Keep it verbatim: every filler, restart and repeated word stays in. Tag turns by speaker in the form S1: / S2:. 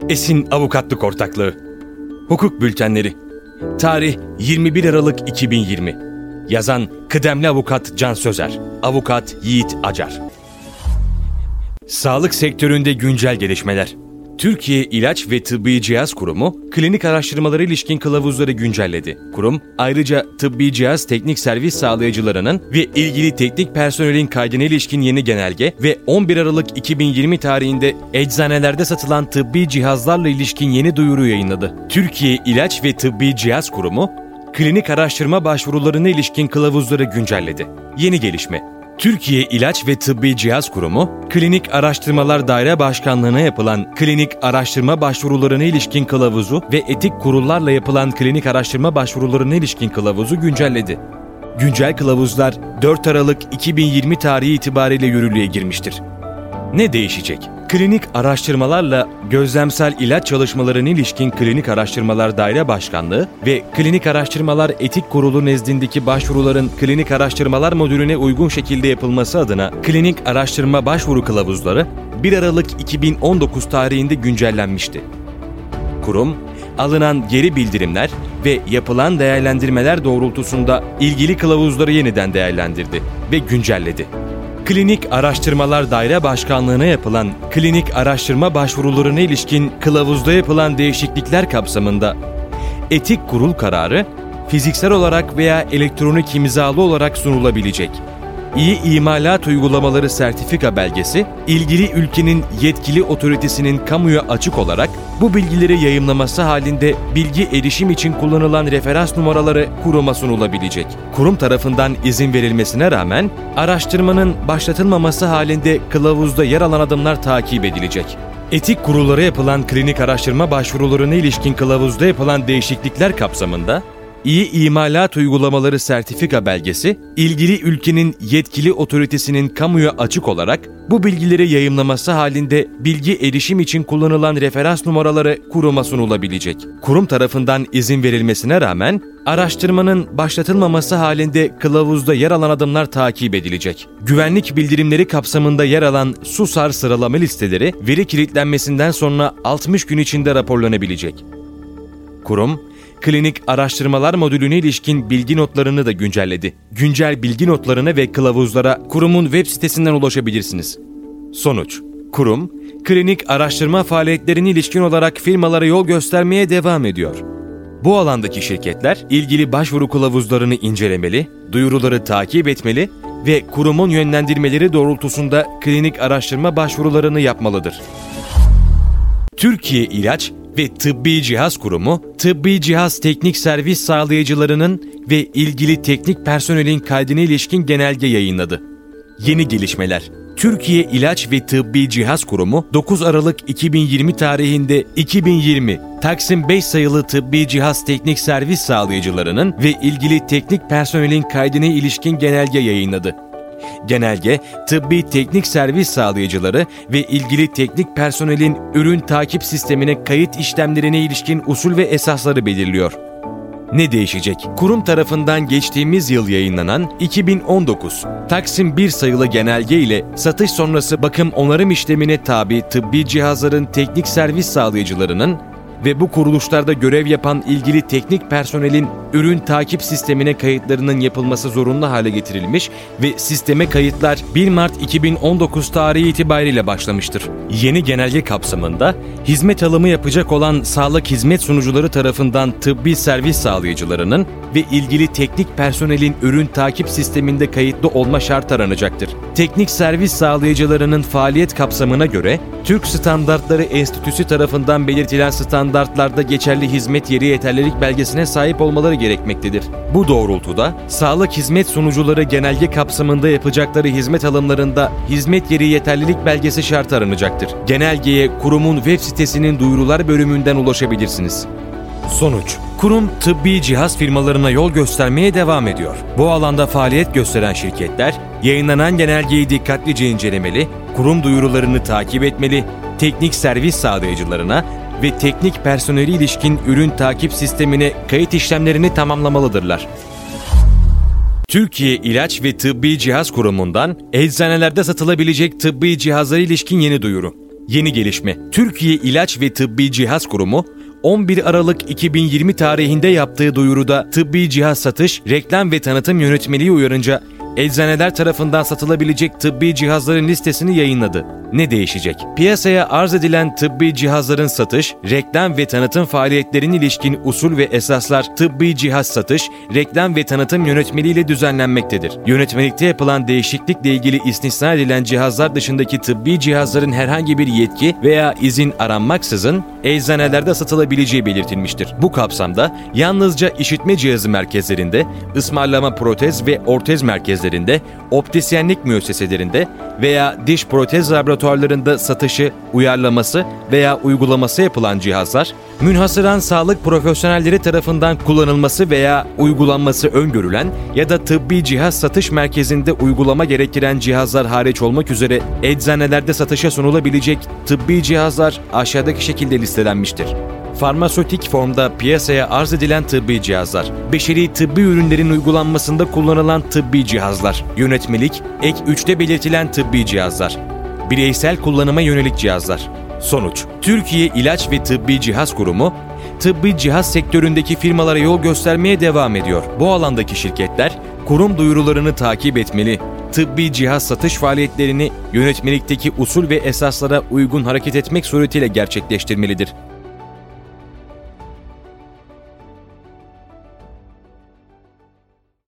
S1: Esin Avukatlık Ortaklığı. Hukuk Bültenleri. Tarih yirmi bir Aralık iki bin yirmi. Yazan Kıdemli Avukat Can Sözer. Avukat Yiğit Acar. Sağlık sektöründe güncel gelişmeler. Türkiye İlaç ve Tıbbi Cihaz Kurumu, klinik araştırmalara ilişkin kılavuzları güncelledi. Kurum, ayrıca tıbbi cihaz teknik servis sağlayıcılarının ve ilgili teknik personelin kaydına ilişkin yeni genelge ve on bir Aralık iki bin yirmi tarihinde eczanelerde satılan tıbbi cihazlarla ilişkin yeni duyuru yayınladı. Türkiye İlaç ve Tıbbi Cihaz Kurumu, klinik araştırma başvurularına ilişkin kılavuzları güncelledi. Yeni gelişme. Türkiye İlaç ve Tıbbi Cihaz Kurumu, Klinik Araştırmalar Daire Başkanlığı'na yapılan klinik araştırma başvurularına ilişkin kılavuzu ve etik kurullarla yapılan klinik araştırma başvurularına ilişkin kılavuzu güncelledi. Güncel kılavuzlar dört Aralık iki bin yirmi tarihi itibariyle yürürlüğe girmiştir. Ne değişecek? Klinik araştırmalarla gözlemsel ilaç çalışmalarına ilişkin Klinik Araştırmalar Daire Başkanlığı ve Klinik Araştırmalar Etik Kurulu nezdindeki başvuruların klinik araştırmalar modülüne uygun şekilde yapılması adına Klinik Araştırma Başvuru Kılavuzları bir Aralık iki bin on dokuz tarihinde güncellenmişti. Kurum, alınan geri bildirimler ve yapılan değerlendirmeler doğrultusunda ilgili kılavuzları yeniden değerlendirdi ve güncelledi. Klinik Araştırmalar Daire Başkanlığı'na yapılan klinik araştırma başvurularına ilişkin kılavuzda yapılan değişiklikler kapsamında etik kurul kararı fiziksel olarak veya elektronik imzalı olarak sunulabilecek. İyi imalat uygulamaları sertifika belgesi, ilgili ülkenin yetkili otoritesinin kamuya açık olarak bu bilgileri yayımlaması halinde bilgi erişim için kullanılan referans numaraları kuruma sunulabilecek. Kurum tarafından izin verilmesine rağmen araştırmanın başlatılmaması halinde kılavuzda yer alan adımlar takip edilecek. Etik kurullara yapılan klinik araştırma başvurularına ilişkin kılavuzda yapılan değişiklikler kapsamında İyi imalat uygulamaları sertifika belgesi, ilgili ülkenin yetkili otoritesinin kamuya açık olarak bu bilgileri yayımlaması halinde bilgi erişim için kullanılan referans numaraları kuruma sunulabilecek. Kurum tarafından izin verilmesine rağmen araştırmanın başlatılmaması halinde kılavuzda yer alan adımlar takip edilecek. Güvenlik bildirimleri kapsamında yer alan SUSAR sıralama listeleri veri kilitlenmesinden sonra altmış gün içinde raporlanabilecek. Kurum, klinik araştırmalar modülüne ilişkin bilgi notlarını da güncelledi. Güncel bilgi notlarına ve kılavuzlara kurumun web sitesinden ulaşabilirsiniz. Sonuç: kurum, klinik araştırma faaliyetlerine ilişkin olarak firmalara yol göstermeye devam ediyor. Bu alandaki şirketler ilgili başvuru kılavuzlarını incelemeli, duyuruları takip etmeli ve kurumun yönlendirmeleri doğrultusunda klinik araştırma başvurularını yapmalıdır. Türkiye İlaç ve Tıbbi Cihaz Kurumu, tıbbi cihaz teknik servis sağlayıcılarının ve ilgili teknik personelin kaydına ilişkin genelge yayınladı. Yeni gelişmeler. Türkiye İlaç ve Tıbbi Cihaz Kurumu, dokuz Aralık iki bin yirmi tarihinde iki bin yirmi Taksim beş sayılı tıbbi cihaz teknik servis sağlayıcılarının ve ilgili teknik personelin kaydına ilişkin genelge yayınladı. Genelge, tıbbi teknik servis sağlayıcıları ve ilgili teknik personelin ürün takip sistemine kayıt işlemlerine ilişkin usul ve esasları belirliyor. Ne değişecek? Kurum tarafından geçtiğimiz yıl yayınlanan iki bin on dokuz Taksim bir sayılı genelge ile satış sonrası bakım onarım işlemine tabi tıbbi cihazların teknik servis sağlayıcılarının ve bu kuruluşlarda görev yapan ilgili teknik personelin ürün takip sistemine kayıtlarının yapılması zorunlu hale getirilmiş ve sisteme kayıtlar bir Mart iki bin on dokuz tarihi itibariyle başlamıştır. Yeni genelge kapsamında hizmet alımı yapacak olan sağlık hizmet sunucuları tarafından tıbbi servis sağlayıcılarının ve ilgili teknik personelin ürün takip sisteminde kayıtlı olma şartı aranacaktır. Teknik servis sağlayıcılarının faaliyet kapsamına göre Türk Standartları Enstitüsü tarafından belirtilen standartlarda geçerli hizmet yeri yeterlilik belgesine sahip olmaları gerekmektedir. Bu doğrultuda sağlık hizmet sunucuları genelge kapsamında yapacakları hizmet alımlarında hizmet yeri yeterlilik belgesi şartı aranacaktır. Genelgeye kurumun web sitesinin duyurular bölümünden ulaşabilirsiniz. Sonuç: kurum tıbbi cihaz firmalarına yol göstermeye devam ediyor. Bu alanda faaliyet gösteren şirketler yayınlanan genelgeyi dikkatlice incelemeli, kurum duyurularını takip etmeli, teknik servis sağlayıcılarına ve teknik personeli ilişkin ürün takip sistemine kayıt işlemlerini tamamlamalıdırlar. Türkiye İlaç ve Tıbbi Cihaz Kurumu'ndan eczanelerde satılabilecek tıbbi cihazlara ilişkin yeni duyuru. Yeni gelişme. Türkiye İlaç ve Tıbbi Cihaz Kurumu, on bir Aralık iki bin yirmi tarihinde yaptığı duyuruda tıbbi cihaz satış, reklam ve tanıtım yönetmeliği uyarınca eczaneler tarafından satılabilecek tıbbi cihazların listesini yayınladı. Ne değişecek? Piyasaya arz edilen tıbbi cihazların satış, reklam ve tanıtım faaliyetlerine ilişkin usul ve esaslar tıbbi cihaz satış, reklam ve tanıtım yönetmeliğiyle düzenlenmektedir. Yönetmelikte yapılan değişiklikle ilgili istisna edilen cihazlar dışındaki tıbbi cihazların herhangi bir yetki veya izin aranmaksızın eczanelerde satılabileceği belirtilmiştir. Bu kapsamda yalnızca işitme cihazı merkezlerinde, ısmarlama protez ve ortez merkezlerinde, optisyenlik müesseselerinde veya diş protez laboratuvarlarında satışı, uyarlaması veya uygulaması yapılan cihazlar, münhasıran sağlık profesyonelleri tarafından kullanılması veya uygulanması öngörülen ya da tıbbi cihaz satış merkezinde uygulama gerektiren cihazlar hariç olmak üzere eczanelerde satışa sunulabilecek tıbbi cihazlar aşağıdaki şekilde listelenmiştir. Farmasötik formda piyasaya arz edilen tıbbi cihazlar, beşeri tıbbi ürünlerin uygulanmasında kullanılan tıbbi cihazlar, yönetmelik, ek üçte belirtilen tıbbi cihazlar, bireysel kullanıma yönelik cihazlar. Sonuç: Türkiye İlaç ve Tıbbi Cihaz Kurumu, tıbbi cihaz sektöründeki firmalara yol göstermeye devam ediyor. Bu alandaki şirketler, kurum duyurularını takip etmeli, tıbbi cihaz satış faaliyetlerini yönetmelikteki usul ve esaslara uygun hareket etmek suretiyle gerçekleştirmelidir.